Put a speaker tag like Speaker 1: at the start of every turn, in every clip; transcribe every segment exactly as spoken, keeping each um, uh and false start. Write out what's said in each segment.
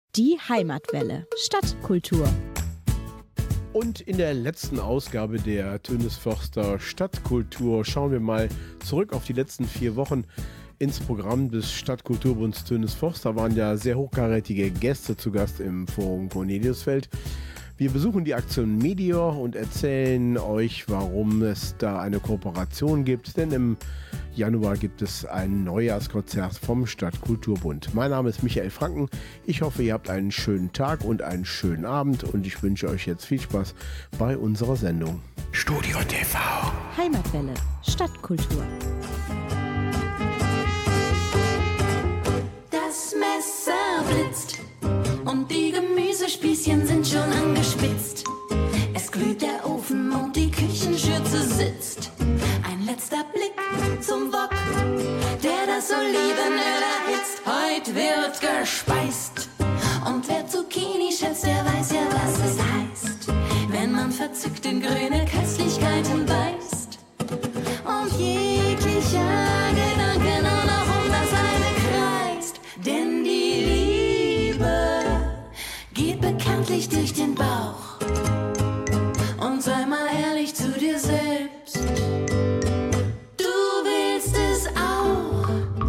Speaker 1: Die Heimatwelle. Stadtkultur.
Speaker 2: Und in der letzten Ausgabe der Tönnes Förster Stadtkultur schauen wir mal zurück auf die letzten vier Wochen ins Programm des Stadtkulturbunds Tönnes Förster. Da waren ja sehr hochkarätige Gäste zu Gast im Forum Corneliusfeld. Wir besuchen die Aktion Meteor und erzählen euch, warum es da eine Kooperation gibt. Denn im Januar gibt es ein Neujahrskonzert vom Stadtkulturbund. Mein Name ist Michael Franken. Ich hoffe, ihr habt einen schönen Tag und einen schönen Abend. Und ich wünsche euch jetzt viel Spaß bei unserer Sendung.
Speaker 3: Studio T V.
Speaker 1: Heimatwelle. Stadtkultur.
Speaker 4: Das Messer blitzt und die Gemüsespießchen sind schon angespitzt. Es glüht der Ofen und die Küchenschürze sitzt. Ein letzter Blick zum Wok, der das Olivenöl erhitzt. Heut wird gespeist. Und wer Zucchini schätzt, der weiß ja, was es heißt, wenn man verzückt in grüne Köstlichkeiten beißt. Und jeglicher Gedanke nur noch um das eine kreist. Denn die Liebe geht bekanntlich durch den Bauch. Und sei mal ehrlich zu dir selbst, du willst es auch.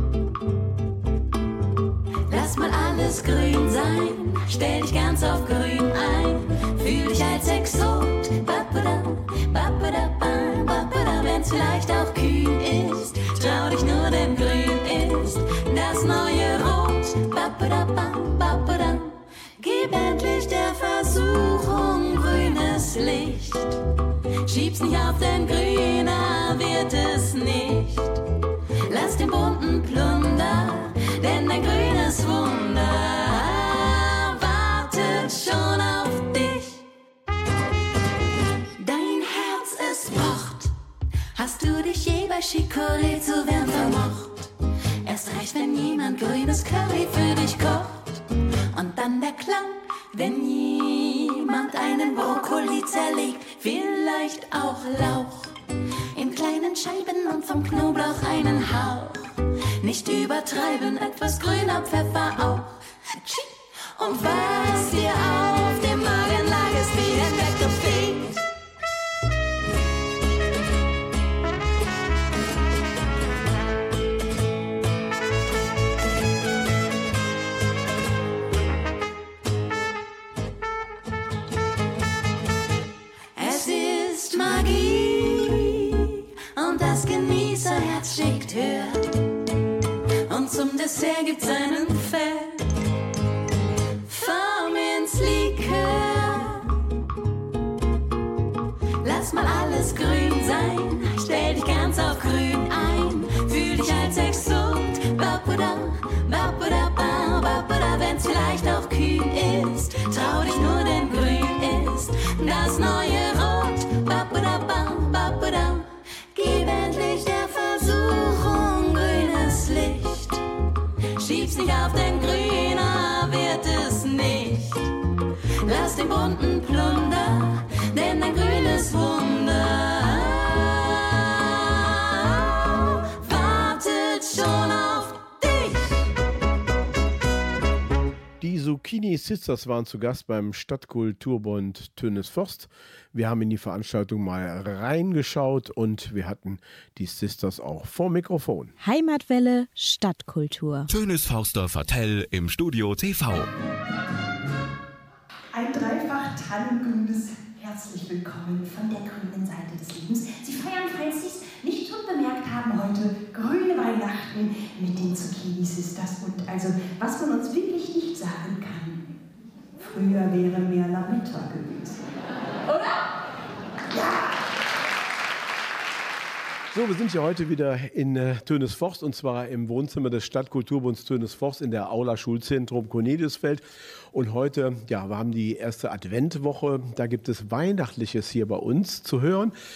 Speaker 4: Lass mal alles grün sein, stell dich ganz auf grün ein. Fühl dich als Exot, bapada, bapada, bapada. Wenn's vielleicht auch kühn ist, trau dich nur, denn grün ist das neue Rot, bapada, bapada. Gib endlich der Versuchung grünes Licht. Schieb's nicht auf, denn grüner wird es nicht. Lass den bunten Plunder, denn dein grünes Wunder wartet schon auf dich. Dein Herz, es pocht. Hast du dich je bei Chicorée zu werden vermocht? Erst recht, wenn jemand grünes Curry für dich kocht. Und dann der Klang, wenn jemand einen Brokkoli zerlegt, vielleicht auch Lauch in kleinen Scheiben und vom Knoblauch einen Hauch. Nicht übertreiben, etwas grüner Pfeffer auch. Und was dir auf dem Magen lag, ist wieder weggefegt. Genießerherz schickt höher und zum Dessert gibt's einen Pferd vom ins Likör. Lass mal alles grün sein, stell dich ganz auf grün ein. Fühl dich als Exot, bapuda, bapuda, bapuda. Wenn's vielleicht auch kühn ist, trau dich nur, denn grün ist das neue Rot, bapuda, bapuda. Gib endlich der Versuchung grünes Licht. Schieb's nicht auf, denn grüner wird es nicht. Lass den bunten Plunder, denn dein grünes Wunder wartet schon auf dich.
Speaker 2: Die Zucchini Sisters waren zu Gast beim Stadtkulturbund Tönnes Förster. Wir haben in die Veranstaltung mal reingeschaut und wir hatten die Sisters auch vor Mikrofon.
Speaker 1: Heimatwelle. Stadtkultur.
Speaker 3: Tönnes Förster Vertell im Studio T V.
Speaker 5: Ein dreifach tannengrünes Herzlich willkommen von der grünen Seite des Lebens. Sie feiern, falls Sie es nicht schon bemerkt haben, heute grüne Weihnachten mit den Zucchini Sisters. Und also, was man uns wirklich nicht sagen kann, früher wäre mehr Lametta gewesen. Oder? Ja!
Speaker 2: So, wir sind ja heute wieder in äh, Tönnes Förster und zwar im Wohnzimmer des Stadtkulturbunds Tönnes Förster in der Aula Schulzentrum Corneliusfeld. Und heute, ja, wir haben die erste Adventwoche. Da gibt es Weihnachtliches hier bei uns zu hören.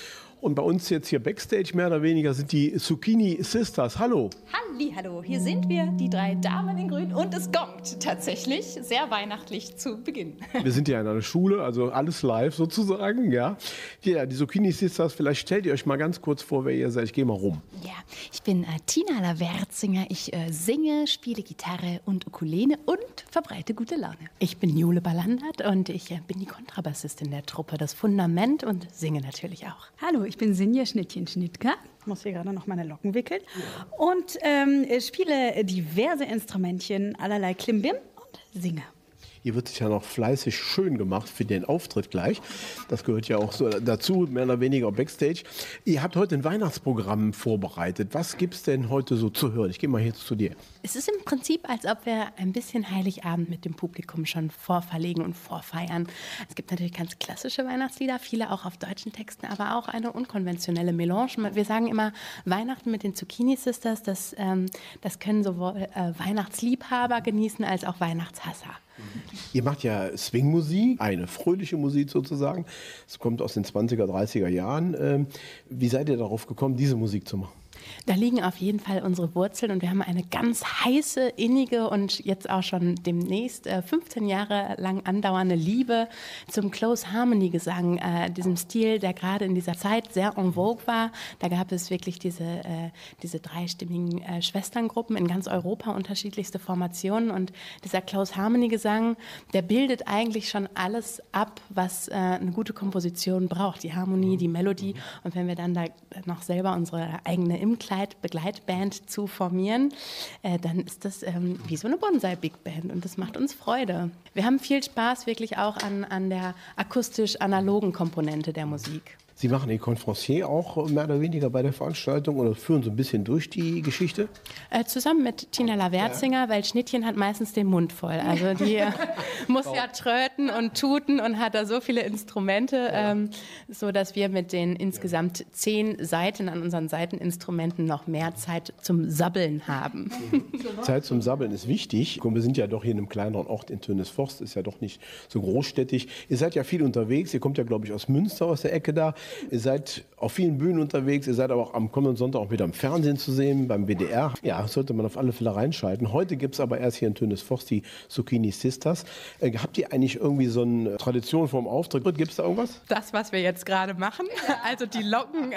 Speaker 2: Und bei uns jetzt hier Backstage mehr oder weniger sind die Zucchini Sisters. Hallo.
Speaker 6: Hallihallo, hier sind wir, die drei Damen in Grün, und es gongt tatsächlich sehr weihnachtlich zu Beginn.
Speaker 2: Wir sind ja in einer Schule, also alles live sozusagen, ja. Ja, die Zucchini Sisters, vielleicht stellt ihr euch mal ganz kurz vor, wer ihr seid. Ich gehe mal rum.
Speaker 7: Ja, ich bin äh, Tina Lawerzinger. Ich äh, singe, spiele Gitarre und Ukulele und verbreite gute Laune.
Speaker 8: Ich bin Jule Ballandert und ich äh, bin die Kontrabassistin der Truppe, das Fundament, und singe natürlich auch.
Speaker 9: Hallo, ich bin Sinja Schnittchen-Schnittker. Ich muss hier gerade noch meine Locken wickeln. Und ähm, spiele diverse Instrumentchen, allerlei Klimbim und singe.
Speaker 2: Hier wird sich ja noch fleißig schön gemacht für den Auftritt gleich. Das gehört ja auch so dazu, mehr oder weniger Backstage. Ihr habt heute ein Weihnachtsprogramm vorbereitet. Was gibt es denn heute so zu hören? Ich gehe mal jetzt zu dir.
Speaker 8: Es ist im Prinzip, als ob wir ein bisschen Heiligabend mit dem Publikum schon vorverlegen und vorfeiern. Es gibt natürlich ganz klassische Weihnachtslieder, viele auch auf deutschen Texten, aber auch eine unkonventionelle Melange. Wir sagen immer Weihnachten mit den Zucchini Sisters. Das, ähm, das können sowohl äh, Weihnachtsliebhaber genießen als auch Weihnachtshasser.
Speaker 2: Ihr macht ja Swingmusik, eine fröhliche Musik sozusagen. Es kommt aus den zwanziger, dreißiger Jahren. Wie seid ihr darauf gekommen, diese Musik zu machen?
Speaker 8: Da liegen auf jeden Fall unsere Wurzeln, und wir haben eine ganz heiße, innige und jetzt auch schon demnächst äh, fünfzehn Jahre lang andauernde Liebe zum Close Harmony Gesang, äh, diesem Stil, der gerade in dieser Zeit sehr en vogue war. Da gab es wirklich diese, äh, diese dreistimmigen äh, Schwesterngruppen in ganz Europa, unterschiedlichste Formationen, und dieser Close Harmony Gesang, der bildet eigentlich schon alles ab, was äh, eine gute Komposition braucht, die Harmonie, die Melodie, und wenn wir dann da noch selber unsere eigene im Kleid Begleitband zu formieren, äh, dann ist das ähm, wie so eine Bonsai-Big Band, und das macht uns Freude. Wir haben viel Spaß wirklich auch an, an der akustisch-analogen Komponente der Musik.
Speaker 2: Sie machen den Conferencier auch mehr oder weniger bei der Veranstaltung oder führen so ein bisschen durch die Geschichte?
Speaker 8: Äh, zusammen mit Tina Lawerzinger, ja. Weil Schnittchen hat meistens den Mund voll. Also die muss ja tröten und tuten und hat da so viele Instrumente, ja. ähm, so dass wir mit den insgesamt ja. zehn Saiten an unseren Saiteninstrumenten noch mehr Zeit zum Sabbeln haben.
Speaker 2: Zeit zum Sabbeln ist wichtig. Wir sind ja doch hier in einem kleineren Ort in Tönisforst, ist ja doch nicht so großstädtisch. Ihr seid ja viel unterwegs. Ihr kommt ja, glaube ich, aus Münster, aus der Ecke da. Ihr seid auf vielen Bühnen unterwegs, ihr seid aber auch am kommenden Sonntag auch wieder im Fernsehen zu sehen, beim B D R. Ja, sollte man auf alle Fälle reinschalten. Heute gibt es aber erst hier in Tönisforst die Zucchini Sisters. Äh, habt ihr eigentlich irgendwie so eine Tradition vom Auftritt? Gibt es da irgendwas?
Speaker 8: Das, was wir jetzt gerade machen, also die Locken,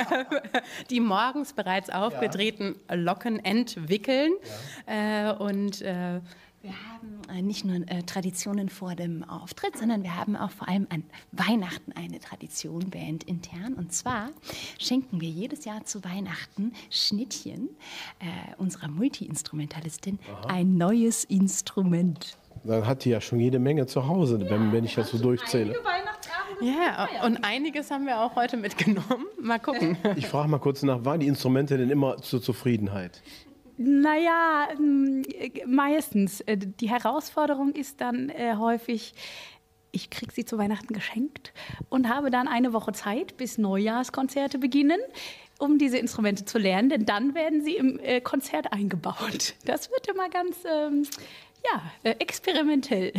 Speaker 8: die morgens bereits aufgedrehten Locken entwickeln. Ja. Äh, und äh,
Speaker 7: Wir haben äh, nicht nur äh, Traditionen vor dem Auftritt, sondern wir haben auch vor allem an Weihnachten eine Tradition bandintern. Und zwar schenken wir jedes Jahr zu Weihnachten Schnittchen, äh, unserer Multi-Instrumentalistin, ein neues Instrument.
Speaker 2: Dann hat die ja schon jede Menge zu Hause, ja, wenn, wenn ich das so durchzähle.
Speaker 8: Ja, und einiges haben wir auch heute mitgenommen. Mal gucken.
Speaker 2: Ich frage mal kurz nach, waren die Instrumente denn immer zur Zufriedenheit?
Speaker 9: Naja, meistens. Die Herausforderung ist dann äh, häufig, ich kriege sie zu Weihnachten geschenkt und habe dann eine Woche Zeit, bis Neujahrskonzerte beginnen, um diese Instrumente zu lernen, denn dann werden sie im äh, Konzert eingebaut. Das wird immer ganz ähm, ja, äh, experimentell.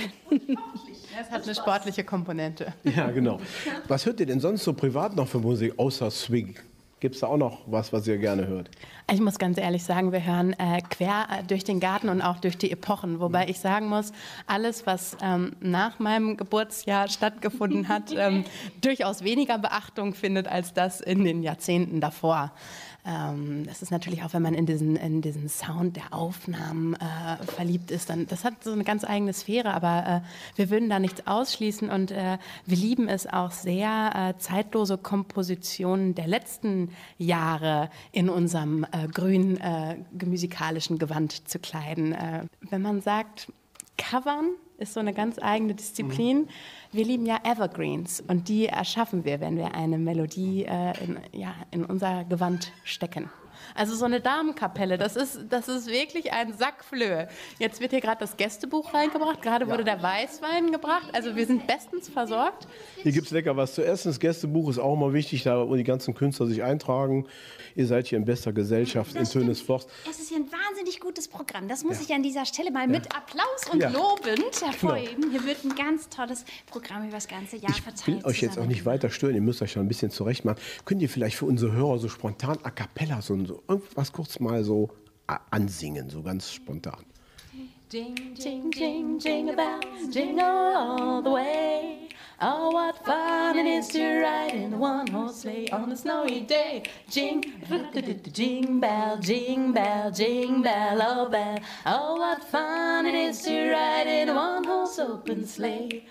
Speaker 8: Es hat eine sportliche Komponente.
Speaker 2: Ja, genau. Was hört ihr denn sonst so privat noch für Musik, außer Swing? Gibt es da auch noch was, was ihr gerne hört?
Speaker 8: Ich muss ganz ehrlich sagen, wir hören äh, quer durch den Garten und auch durch die Epochen. Wobei ich sagen muss, alles, was ähm, nach meinem Geburtsjahr stattgefunden hat, ähm, durchaus weniger Beachtung findet als das in den Jahrzehnten davor. Ähm, das ist natürlich auch, wenn man in diesen, in diesen Sound der Aufnahmen äh, verliebt ist, dann das hat so eine ganz eigene Sphäre, aber äh, wir würden da nichts ausschließen, und äh, wir lieben es auch sehr, äh, zeitlose Kompositionen der letzten Jahre in unserem äh, grünen äh, gemüsikalischen Gewand zu kleiden. Äh, wenn man sagt, Covern ist so eine ganz eigene Disziplin. Wir lieben ja Evergreens, und die erschaffen wir, wenn wir eine Melodie äh, in, ja, in unser Gewand stecken. Also so eine Damenkapelle, das ist, das ist wirklich ein Sack Flöhe. Jetzt wird hier gerade das Gästebuch reingebracht, gerade wurde der Weißwein gebracht, also wir sind bestens versorgt.
Speaker 2: Hier gibt es lecker was zu essen. Das Gästebuch ist auch immer wichtig, da wo die ganzen Künstler sich eintragen. Ihr seid hier in bester Gesellschaft in Tönisforst.
Speaker 7: Es ist hier ein wahnsinnig gutes Programm. Das muss ja. ich an dieser Stelle mal ja. mit Applaus und
Speaker 2: ja.
Speaker 7: lobend hervorheben. Genau. Hier wird ein ganz tolles Programm über das ganze Jahr
Speaker 2: ich
Speaker 7: verteilt.
Speaker 2: Ich will euch jetzt auch nicht weiter stören. Ihr müsst euch schon ein bisschen zurecht machen. Könnt ihr vielleicht für unsere Hörer so spontan a cappella so, so irgendwas kurz mal so ansingen, so ganz spontan?
Speaker 8: Jing, jing, jing, jingle bell, jingle all the way. Oh, what fun it is to ride in a one-horse sleigh on a snowy day. Jing, jing bell, jing bell, jing bell, oh bell. Oh, what fun it is to ride in a one-horse open sleigh.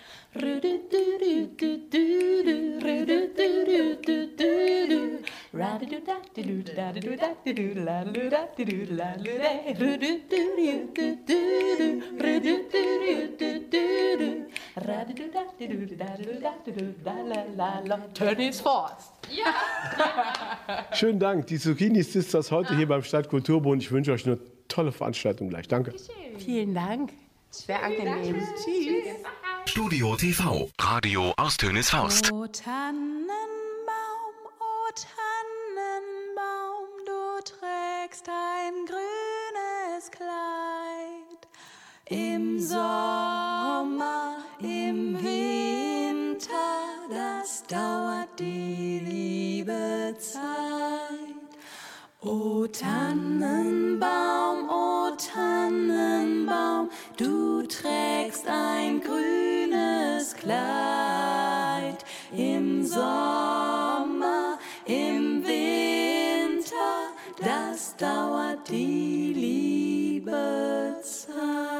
Speaker 8: Tönisforst.
Speaker 6: Ja.
Speaker 2: Schönen Dank. Die Zucchini Sisters heute hier beim Stadtkulturbund. Ich wünsche euch eine tolle Veranstaltung gleich. Danke.
Speaker 8: Vielen Dank. Sehr angenehm. Tschüss.
Speaker 3: Studio T V, Radio aus Tönisforst.
Speaker 4: O Tannenbaum, o Tannenbaum, du trägst ein grünes Kleid. Im Sommer, im Winter, das dauert die liebe Zeit. O Tannenbaum, o Tannenbaum, du trägst ein grünes Kleid. Im Sommer, im Winter, das dauert die liebe Zeit.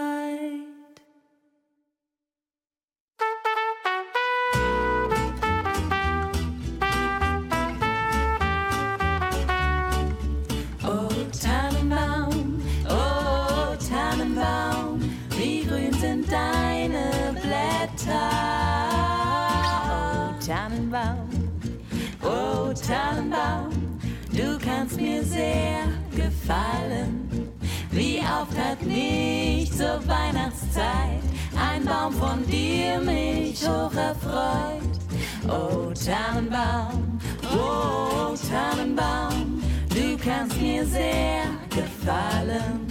Speaker 4: Oh Tannenbaum, du kannst mir sehr gefallen. Wie oft hat mich zur Weihnachtszeit ein Baum von dir mich hoch erfreut. Oh Tannenbaum, oh Tannenbaum, du kannst mir sehr gefallen.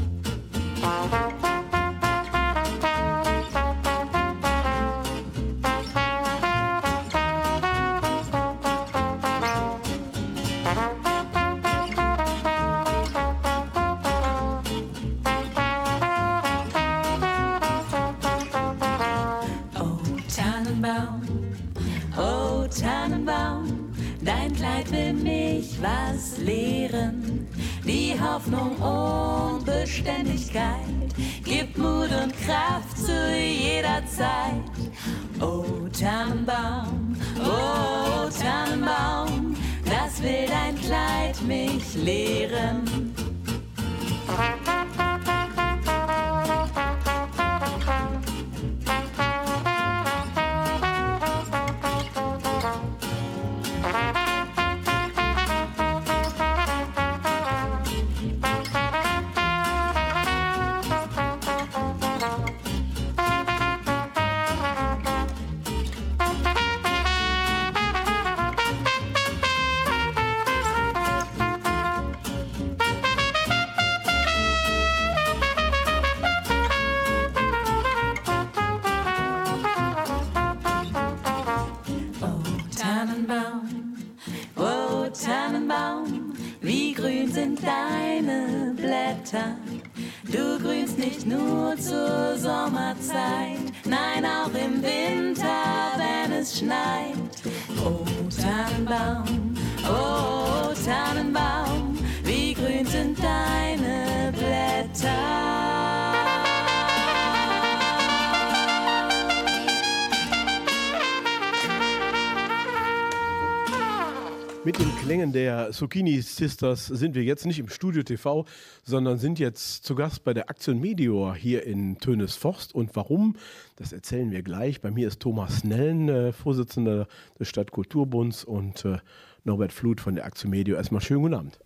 Speaker 4: Will mich was lehren, die Hoffnung und Beständigkeit gibt Mut und Kraft zu jeder Zeit. Oh Tannenbaum, oh Tannenbaum, das will dein Kleid mich lehren. Du grünst nicht nur zur Sommerzeit, nein auch im Winter, wenn es schneit. Oh Tannenbaum, oh Tannenbaum, wie grün sind deine Blätter.
Speaker 2: Mit den Klängen der Zucchini Sisters sind wir jetzt nicht im Studio T V, sondern sind jetzt zu Gast bei der Aktion Meteor hier in Tönisforst. Und warum, das erzählen wir gleich. Bei mir ist Thomas Nellen, äh, Vorsitzender des Stadtkulturbunds, und äh, Norbert Fluth von der Aktion Meteor. Erstmal schönen guten Abend.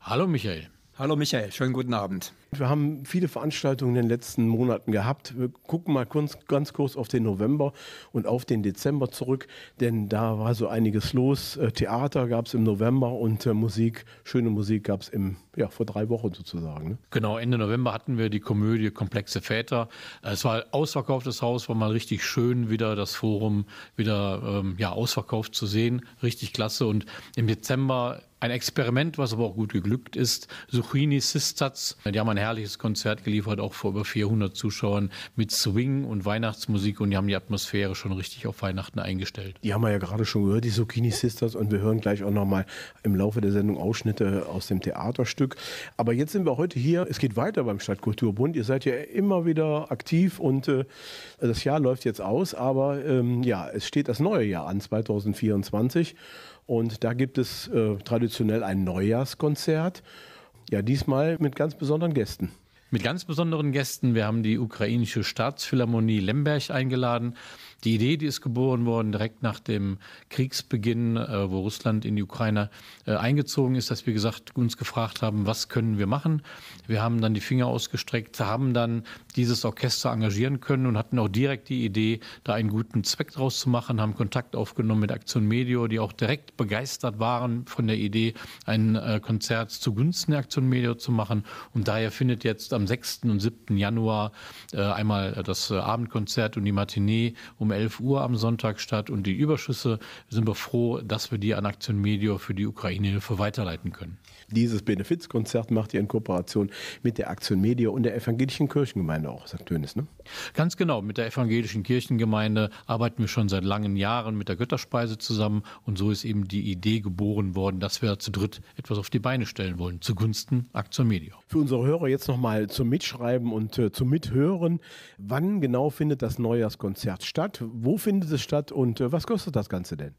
Speaker 10: Hallo Michael.
Speaker 11: Hallo Michael, schönen guten Abend.
Speaker 2: Wir haben viele Veranstaltungen in den letzten Monaten gehabt. Wir gucken mal kurz, ganz kurz auf den November und auf den Dezember zurück, denn da war so einiges los. Theater gab es im November und Musik, schöne Musik gab es im, ja, vor drei Wochen sozusagen. Ne?
Speaker 10: Genau, Ende November hatten wir die Komödie Komplexe Väter. Es war ein ausverkauftes Haus, war mal richtig schön, wieder das Forum wieder ähm, ja, ausverkauft zu sehen. Richtig klasse. Und im Dezember ein Experiment, was aber auch gut geglückt ist. Zucchini Sisters, die haben ein herrliches Konzert geliefert, auch vor über vierhundert Zuschauern mit Swing und Weihnachtsmusik und die haben die Atmosphäre schon richtig auf Weihnachten eingestellt.
Speaker 2: Die haben wir ja gerade schon gehört, die Zucchini Sisters, und wir hören gleich auch nochmal im Laufe der Sendung Ausschnitte aus dem Theaterstück. Aber jetzt sind wir heute hier, es geht weiter beim Stadtkulturbund. Ihr seid ja immer wieder aktiv und äh, das Jahr läuft jetzt aus, aber ähm, ja, es steht das neue Jahr an, zwanzig vierundzwanzig. Und da gibt es äh, traditionell ein Neujahrskonzert, ja diesmal mit ganz besonderen Gästen.
Speaker 10: Mit ganz besonderen Gästen. Wir haben die ukrainische Staatsphilharmonie Lemberg eingeladen. Die Idee, die ist geboren worden direkt nach dem Kriegsbeginn, äh, wo Russland in die Ukraine äh, eingezogen ist, dass wir gesagt, uns gefragt haben, was können wir machen. Wir haben dann die Finger ausgestreckt, haben dann dieses Orchester engagieren können und hatten auch direkt die Idee, da einen guten Zweck draus zu machen, haben Kontakt aufgenommen mit Aktion Medio, die auch direkt begeistert waren von der Idee, ein äh, Konzert zugunsten der Aktion Medio zu machen. Und daher findet jetzt am sechsten und siebten Januar äh, einmal das äh, Abendkonzert und die Matinee um elf Uhr am Sonntag statt. Und die Überschüsse sind wir froh, dass wir die an Aktion Medio für die Ukraine-Hilfe weiterleiten können.
Speaker 2: Dieses Benefizkonzert macht ihr in Kooperation mit der Aktion Medio und der evangelischen Kirchengemeinde auch, sagt Tönis, ne?
Speaker 10: Ganz genau, mit der evangelischen Kirchengemeinde arbeiten wir schon seit langen Jahren mit der Götterspeise zusammen und so ist eben die Idee geboren worden, dass wir zu dritt etwas auf die Beine stellen wollen, zugunsten Aktion Medio.
Speaker 2: Für unsere Hörer jetzt nochmal zum Mitschreiben und äh, zum Mithören. Wann genau findet das Neujahrskonzert statt? Wo findet es statt und äh, was kostet das Ganze denn?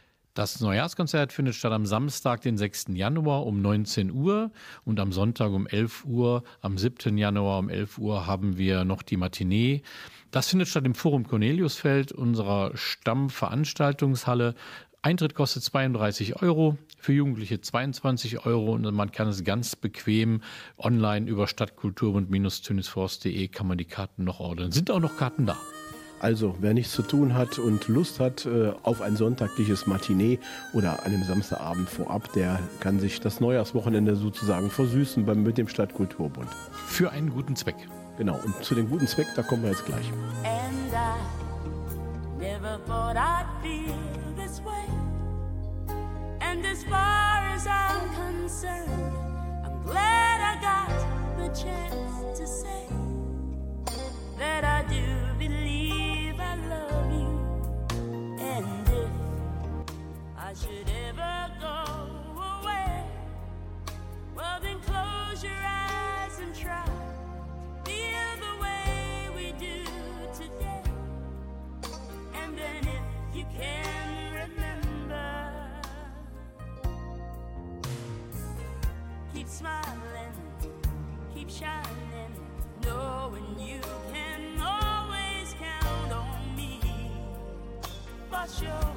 Speaker 10: Das Neujahrskonzert findet statt am Samstag, den sechsten Januar um neunzehn Uhr und am Sonntag um elf Uhr. Am siebten Januar um elf Uhr haben wir noch die Matinee. Das findet statt im Forum Corneliusfeld, unserer Stammveranstaltungshalle. Eintritt kostet zweiunddreißig Euro, für Jugendliche zweiundzwanzig Euro und man kann es ganz bequem online über stadtkulturbund-tönisforst punkt de kann man die Karten noch ordern. Sind auch noch Karten da.
Speaker 2: Also, wer nichts zu tun hat und Lust hat äh, auf ein sonntagliches Matinee oder einem Samstagabend vorab, der kann sich das Neujahrswochenende sozusagen versüßen beim, mit dem Stadtkulturbund.
Speaker 10: Für einen guten Zweck.
Speaker 2: Genau, und zu dem guten Zweck, da kommen wir jetzt gleich.
Speaker 4: And I never thought I'd feel this way. And as far as I'm concerned, I'm glad I got the chance to say that I do believe I love you. And if I should ever go away, well then close your eyes and try to feel the way we do today. And then if you can remember, keep smiling, keep shining, knowing you can always count on me. For sure,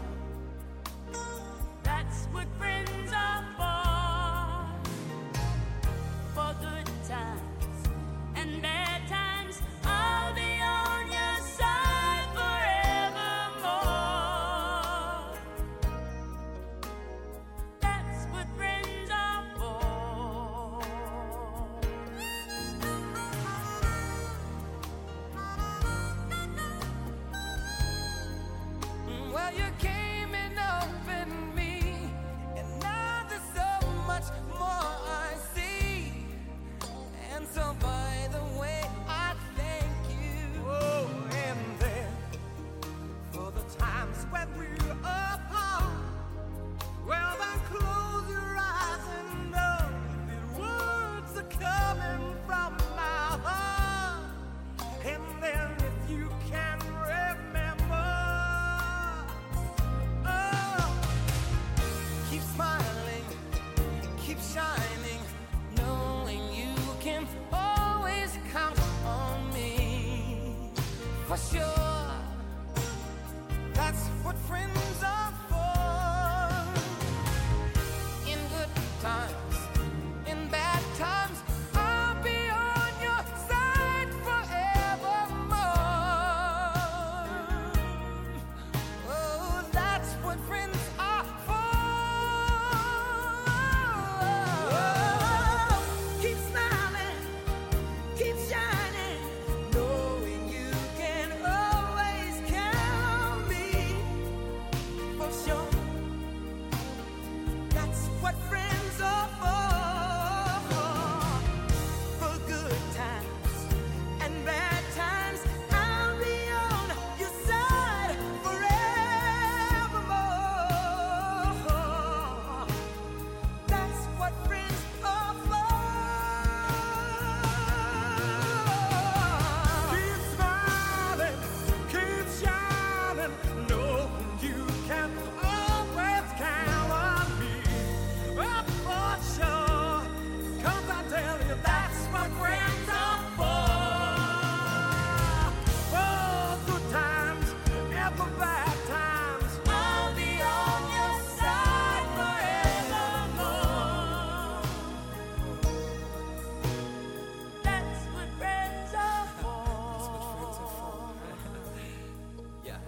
Speaker 4: that's what friends are for. For good times and bad times, I'll be on your side forevermore. That's what friends are for. Well, you can't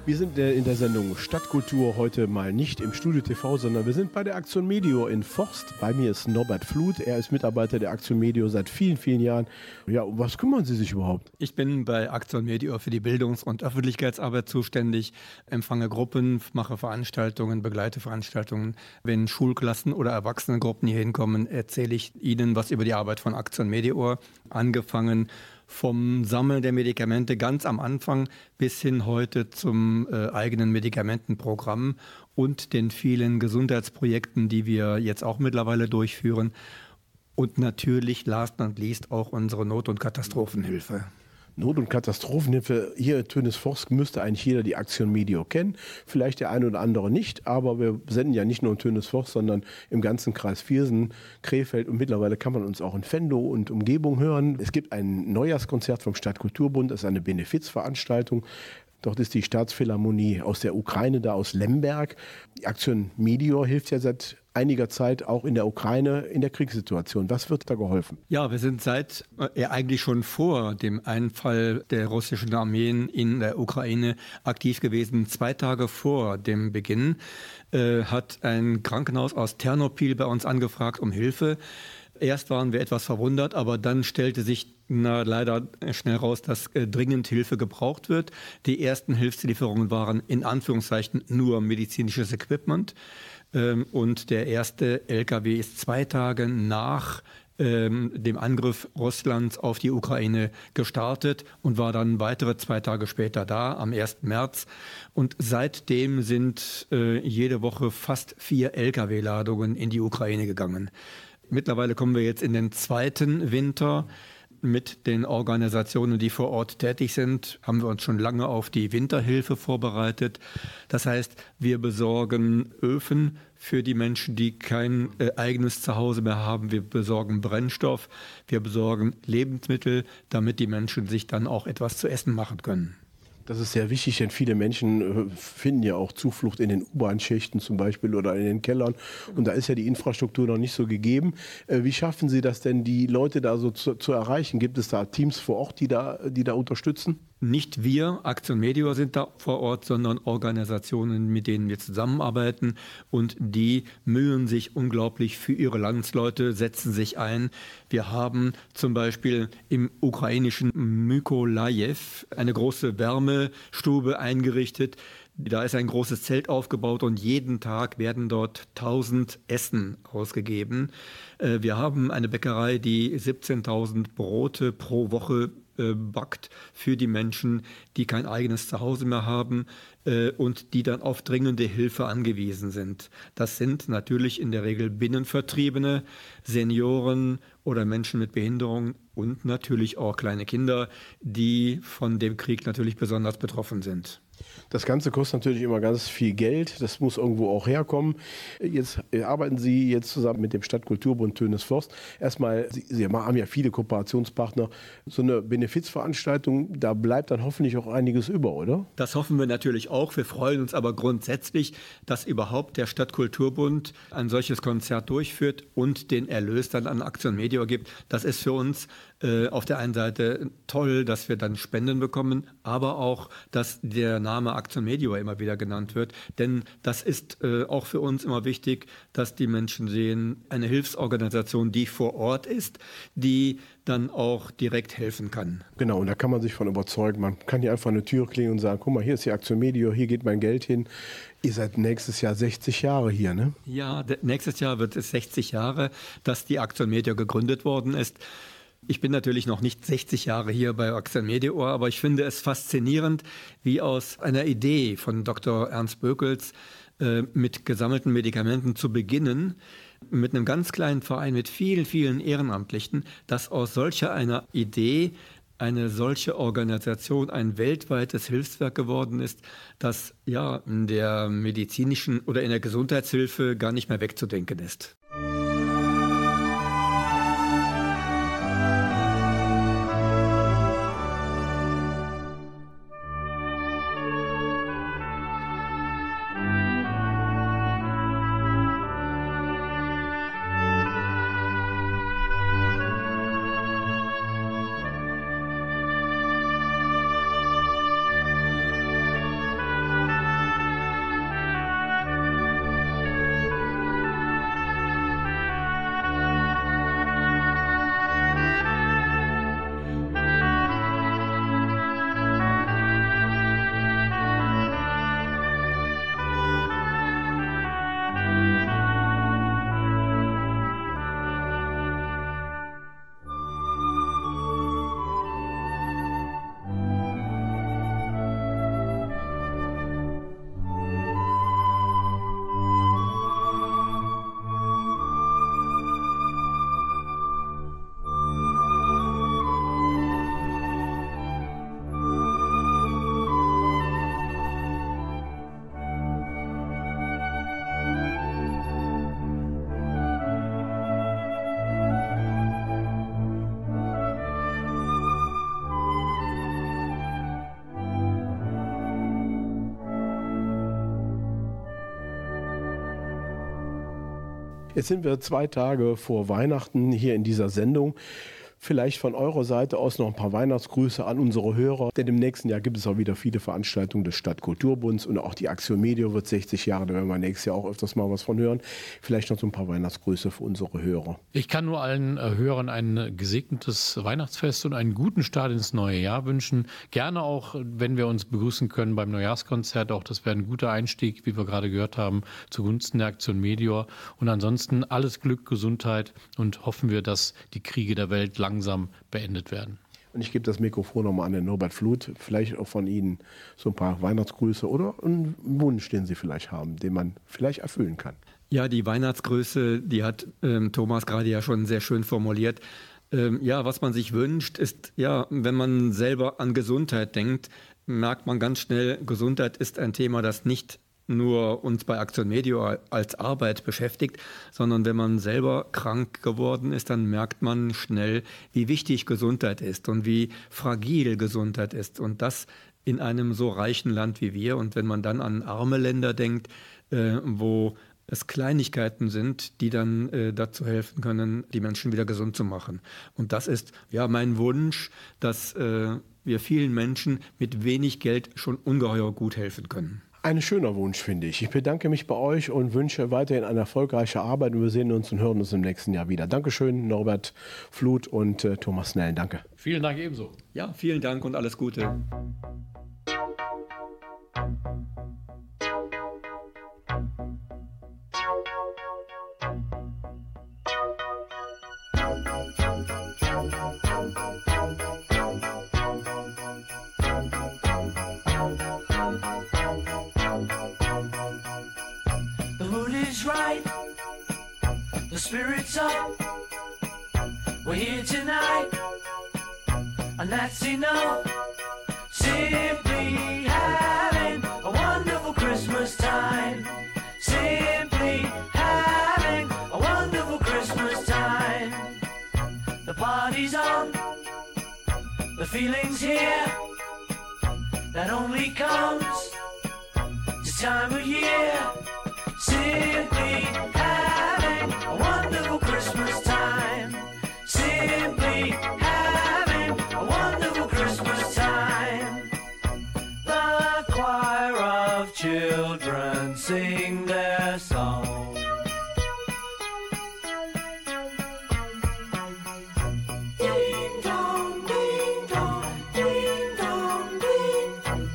Speaker 2: Wir sind in der Sendung Stadtkultur heute mal nicht im Studio T V, sondern wir sind bei der Aktion Medio in Forst. Bei mir ist Norbert Fluth. Er ist Mitarbeiter der Aktion Medio seit vielen, vielen Jahren. Ja, um was kümmern Sie sich überhaupt?
Speaker 11: Ich bin bei Aktion Medio für die Bildungs- und Öffentlichkeitsarbeit zuständig, empfange Gruppen, mache Veranstaltungen, begleite Veranstaltungen. Wenn Schulklassen oder Erwachsenengruppen hier hinkommen, erzähle ich ihnen was über die Arbeit von Aktion Medio, angefangen vom Sammeln der Medikamente ganz am Anfang bis hin heute zum äh, eigenen Medikamentenprogramm und den vielen Gesundheitsprojekten, die wir jetzt auch mittlerweile durchführen. Und natürlich, last not least, auch unsere Not- und Katastrophenhilfe.
Speaker 2: Not- und Katastrophenhilfe. Hier in Tönis-Forst müsste eigentlich jeder die Aktion Medio kennen. Vielleicht der eine oder andere nicht, aber wir senden ja nicht nur in Tönis-Forst, sondern im ganzen Kreis Viersen, Krefeld und mittlerweile kann man uns auch in Venlo und Umgebung hören. Es gibt ein Neujahrskonzert vom Stadtkulturbund, das ist eine Benefizveranstaltung. Dort ist die Staatsphilharmonie aus der Ukraine, da aus Lemberg. Die Aktion Medio hilft ja seit einiger Zeit auch in der Ukraine in der Kriegssituation. Was wird da geholfen?
Speaker 11: Ja, wir sind seit, äh, eigentlich schon vor dem Einfall der russischen Armeen in der Ukraine aktiv gewesen. Zwei Tage vor dem Beginn äh, hat ein Krankenhaus aus Ternopil bei uns angefragt um Hilfe. Erst waren wir etwas verwundert, aber dann stellte sich na, leider schnell raus, dass äh, dringend Hilfe gebraucht wird. Die ersten Hilfslieferungen waren in Anführungszeichen nur medizinisches Equipment. Ähm, und der erste L K W ist zwei Tage nach ähm, dem Angriff Russlands auf die Ukraine gestartet und war dann weitere zwei Tage später da, am ersten März. Und seitdem sind äh, jede Woche fast vier L K W-Ladungen in die Ukraine gegangen. Mittlerweile kommen wir jetzt in den zweiten Winter. Mit den Organisationen, die vor Ort tätig sind, haben wir uns schon lange auf die Winterhilfe vorbereitet. Das heißt, wir besorgen Öfen für die Menschen, die kein äh, eigenes Zuhause mehr haben. Wir besorgen Brennstoff, wir besorgen Lebensmittel, damit die Menschen sich dann auch etwas zu essen machen können.
Speaker 2: Das ist sehr wichtig, denn viele Menschen finden ja auch Zuflucht in den U-Bahn-Schächten zum Beispiel oder in den Kellern. Und da ist ja die Infrastruktur noch nicht so gegeben. Wie schaffen Sie das denn, die Leute da so zu, zu erreichen? Gibt es da Teams vor Ort, die da, die da unterstützen?
Speaker 11: Nicht wir, Aktion Medio, sind da vor Ort, sondern Organisationen, mit denen wir zusammenarbeiten. Und die mühen sich unglaublich für ihre Landsleute, setzen sich ein. Wir haben zum Beispiel im ukrainischen Mykolajiw eine große Wärmestube eingerichtet. Da ist ein großes Zelt aufgebaut und jeden Tag werden dort tausend Essen ausgegeben. Wir haben eine Bäckerei, die siebzehntausend Brote pro Woche backt für die Menschen, die kein eigenes Zuhause mehr haben äh, und die dann auf dringende Hilfe angewiesen sind. Das sind natürlich in der Regel Binnenvertriebene, Senioren oder Menschen mit Behinderung und natürlich auch kleine Kinder, die von dem Krieg natürlich besonders betroffen sind.
Speaker 2: Das Ganze kostet natürlich immer ganz viel Geld. Das muss irgendwo auch herkommen. Jetzt arbeiten Sie jetzt zusammen mit dem Stadtkulturbund Tönis-Forst. Erstmal, Sie, Sie haben ja viele Kooperationspartner. So eine Benefizveranstaltung, da bleibt dann hoffentlich auch einiges über, oder?
Speaker 11: Das hoffen wir natürlich auch. Wir freuen uns aber grundsätzlich, dass überhaupt der Stadtkulturbund ein solches Konzert durchführt und den Erlös dann an Aktion Medio gibt. Das ist für uns äh, auf der einen Seite toll, dass wir dann Spenden bekommen, aber auch, dass der Name Aktion Medio immer wieder genannt wird. Denn das ist äh, auch für uns immer wichtig, dass die Menschen sehen, eine Hilfsorganisation, die vor Ort ist, die dann auch direkt helfen kann.
Speaker 2: Genau, und da kann man sich von überzeugen. Man kann hier einfach eine Tür klingeln und sagen, guck mal, hier ist die Aktion Medio, hier geht mein Geld hin. Ihr seid nächstes Jahr sechzig Jahre hier, ne?
Speaker 11: Ja, nächstes Jahr wird es sechzig Jahre, dass die Aktion Medio gegründet worden ist. Ich bin natürlich noch nicht sechzig Jahre hier bei Aktion Medio, aber ich finde es faszinierend, wie aus einer Idee von Doktor Ernst Böckels äh, mit gesammelten Medikamenten zu beginnen, mit einem ganz kleinen Verein mit vielen, vielen Ehrenamtlichen, dass aus solcher einer Idee eine solche Organisation ein weltweites Hilfswerk geworden ist, das ja in der medizinischen oder in der Gesundheitshilfe gar nicht mehr wegzudenken ist.
Speaker 2: Jetzt sind wir zwei Tage vor Weihnachten hier in dieser Sendung. Vielleicht von eurer Seite aus noch ein paar Weihnachtsgrüße an unsere Hörer, denn im nächsten Jahr gibt es auch wieder viele Veranstaltungen des Stadtkulturbunds und auch die Aktion Medio wird sechzig Jahre, da werden wir nächstes Jahr auch öfters mal was von hören. Vielleicht noch so ein paar Weihnachtsgrüße für unsere Hörer.
Speaker 10: Ich kann nur allen äh, Hörern ein gesegnetes Weihnachtsfest und einen guten Start ins neue Jahr wünschen. Gerne auch, wenn wir uns begrüßen können beim Neujahrskonzert, auch das wäre ein guter Einstieg, wie wir gerade gehört haben, zugunsten der Aktion Meteor. Und ansonsten alles Glück, Gesundheit und hoffen wir, dass die Kriege der Welt langsam beendet werden.
Speaker 2: Und ich gebe das Mikrofon nochmal an den Norbert Fluth, vielleicht auch von Ihnen so ein paar Weihnachtsgrüße oder einen Wunsch, den Sie vielleicht haben, den man vielleicht erfüllen kann.
Speaker 11: Ja, die Weihnachtsgrüße, die hat ähm, Thomas gerade ja schon sehr schön formuliert. Ähm, ja, was man sich wünscht, ist, ja, wenn man selber an Gesundheit denkt, merkt man ganz schnell, Gesundheit ist ein Thema, das nicht nur uns bei Aktion Meteor als Arbeit beschäftigt, sondern wenn man selber krank geworden ist, dann merkt man schnell, wie wichtig Gesundheit ist und wie fragil Gesundheit ist. Und das in einem so reichen Land wie wir. Und wenn man dann an arme Länder denkt, äh, wo es Kleinigkeiten sind, die dann äh, dazu helfen können, die Menschen wieder gesund zu machen. Und das ist ja mein Wunsch, dass äh, wir vielen Menschen mit wenig Geld schon ungeheuer gut helfen können.
Speaker 2: Ein schöner Wunsch, finde ich. Ich bedanke mich bei euch und wünsche weiterhin eine erfolgreiche Arbeit. Und wir sehen uns und hören uns im nächsten Jahr wieder. Dankeschön, Norbert Fluth und äh, Thomas Snellen. Danke.
Speaker 10: Vielen Dank ebenso.
Speaker 11: Ja, vielen Dank und alles Gute.
Speaker 12: Right, the spirit's up, we're here tonight, and that's enough. Simply having a wonderful Christmas time. Simply having a wonderful Christmas time. The party's on, the feeling's here, that only comes this time of year. Simply having a wonderful Christmas time. Simply having a wonderful Christmas time. The choir of children sing their song. Ding dong, ding dong, ding dong, ding.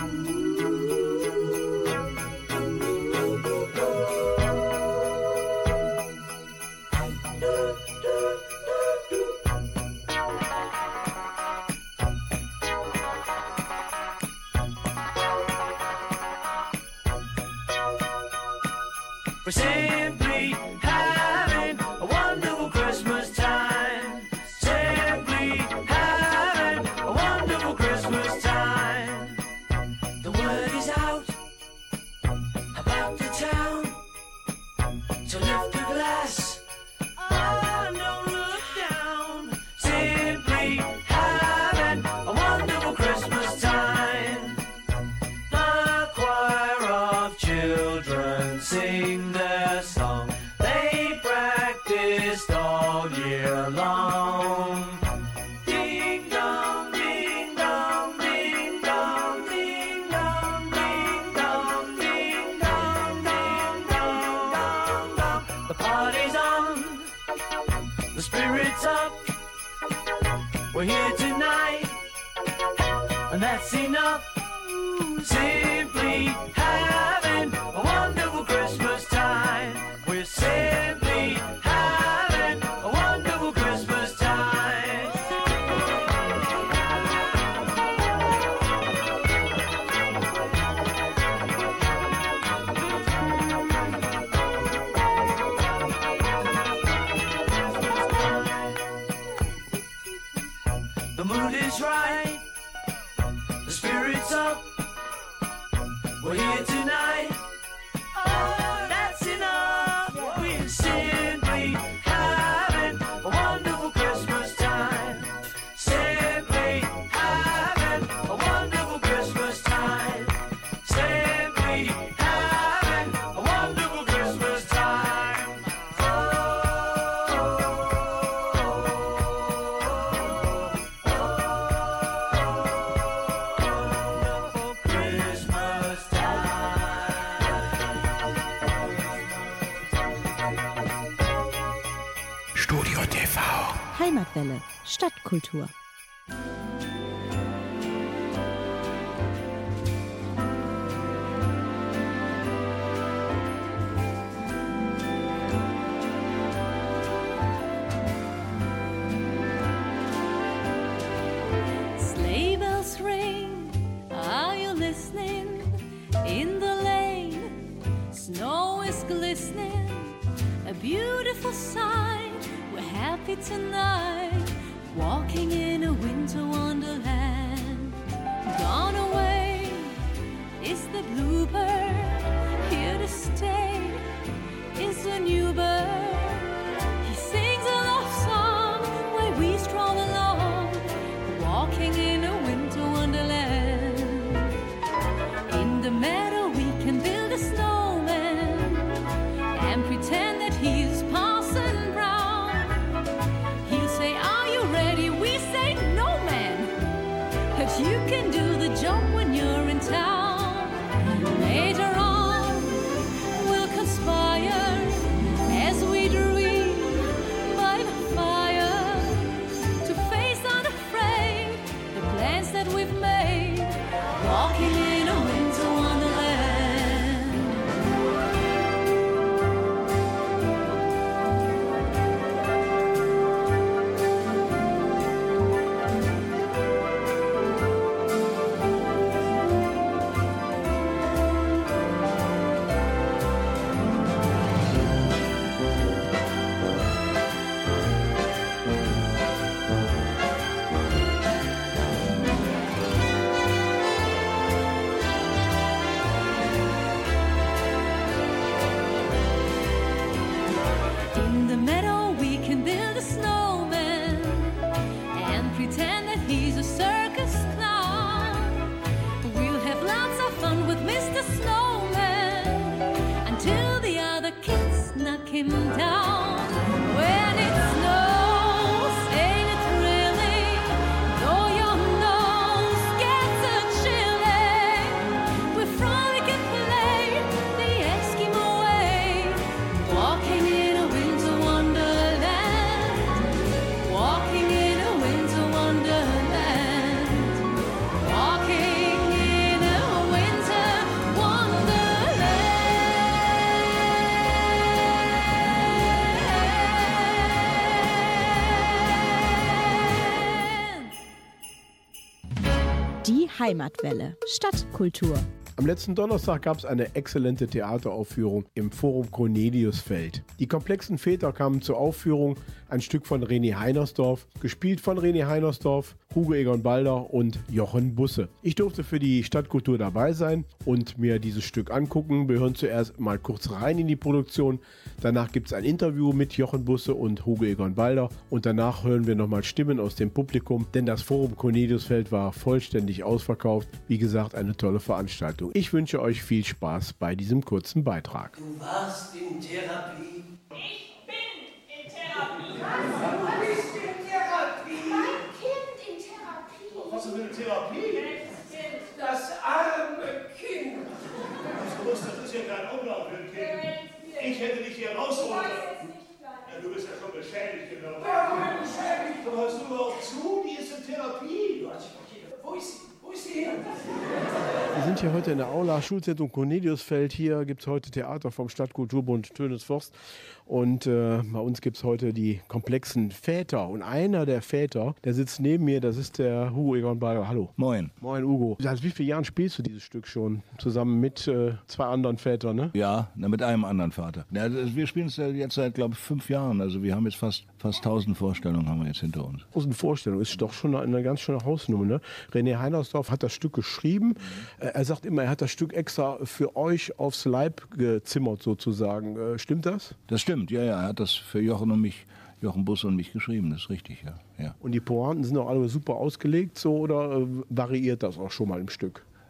Speaker 12: We're simply having a wonderful Christmas time. Simply having a wonderful Christmas time. The word is out about the town, so lift a glass, oh, don't look down. Simply having a wonderful Christmas time. The choir of children sing their song. They practiced all year long. Ding dong, ding dong, ding dong, ding dong, ding dong, ding dong, ding dong, dong, dong. The party's on, the spirit's up. We're here tonight, and that's enough. Simply having a wonderful Christmas time. We're simply having a wonderful Christmas time. The mood is right, the spirit's up. We're here tonight, oh, that's enough. We're simply having a wonderful Christmas time. Simply having a wonderful Christmas time. Simply having a wonderful Christmas time.
Speaker 1: Heimatwelle. Stadtkultur.
Speaker 4: Sleigh bells ring, are you listening? In the lane, snow is glistening, a beautiful sight. We're happy tonight, walking in a winter wonderland. Gone away is the bluebird, here to stay is a new bird. He sings a love song while we stroll along, walking in a winter wonderland. In the meadow we can build a snowman and pretend that he's Parson Brown. He'll say, are you ready? We say, no man, but you can do the job when you're in town. Later on we'll conspire as we dream by the fire to face unafraid the plans that we've made, walking in a winter wonderland. In the meadow we can build a snowman and pretend that he's a circus clown. We'll have lots of fun with Mister Snowman until the other kids knock him down. When it snows, ain't it thrilling? Though your nose gets a chilling, we frolic and play the Eskimo way, walking in a winter wonderland, walking in a winter wonderland, walking in a winter wonderland.
Speaker 1: Die Heimatwelle. Stadtkultur.
Speaker 2: Am letzten Donnerstag gab es eine exzellente Theateraufführung im Forum Corneliusfeld. Die komplexen Väter kamen zur Aufführung, ein Stück von René Heinersdorf, gespielt von René Heinersdorf, Hugo Egon Balder und Jochen Busse. Ich durfte für die Stadtkultur dabei sein und mir dieses Stück angucken. Wir hören zuerst mal kurz rein in die Produktion. Danach gibt es ein Interview mit Jochen Busse und Hugo Egon Balder und danach hören wir nochmal Stimmen aus dem Publikum, denn das Forum Corneliusfeld war vollständig ausverkauft. Wie gesagt, eine tolle Veranstaltung. Ich wünsche euch viel Spaß bei diesem kurzen Beitrag.
Speaker 12: Du warst in Therapie.
Speaker 13: Ich bin in Therapie.
Speaker 12: Du bist in Therapie.
Speaker 13: Mein Kind in Therapie.
Speaker 12: Was ist mit Therapie?
Speaker 13: Das
Speaker 12: arme Kind. Hast du gewusst, das ist ja kein Umlauf für ein Kind. Ich hätte dich hier rausholen können. Ja, du bist ja schon beschädigt, genau.
Speaker 13: Ja,
Speaker 12: beschädigt. Aber hörst du überhaupt zu? Die ist in Therapie. Wo ist sie? Wo ist sie hin?
Speaker 2: Wir sind hier heute in der Aula Schulzentrum Corneliusfeld. Hier gibt es heute Theater vom Stadtkulturbund Tönis-Forst. Und äh, bei uns gibt es heute die komplexen Väter. Und einer der Väter, der sitzt neben mir, das ist der Hugo Egon Balder. Hallo.
Speaker 14: Moin.
Speaker 2: Moin, Hugo. Seit wie vielen Jahren spielst du dieses Stück schon? Zusammen mit äh, zwei anderen Vätern, ne?
Speaker 14: Ja, na, mit einem anderen Vater. Ja, wir spielen es jetzt seit, glaube ich, fünf Jahren. Also wir haben jetzt fast, fast tausend Vorstellungen haben wir jetzt hinter uns.
Speaker 2: tausend Vorstellungen ist doch schon eine, eine ganz schöne Hausnummer, ne? René Heinersdorf hat das Stück geschrieben. Mhm. Er sagt immer, er hat das Stück extra für euch aufs Leib gezimmert sozusagen. Äh, stimmt das?
Speaker 14: Das stimmt, ja, ja. Er hat das für Jochen und mich, Jochen Busse und mich geschrieben, das ist richtig, ja. ja.
Speaker 2: Und die Pointen sind auch alle super ausgelegt, so, oder äh, variiert das auch schon mal im Stück?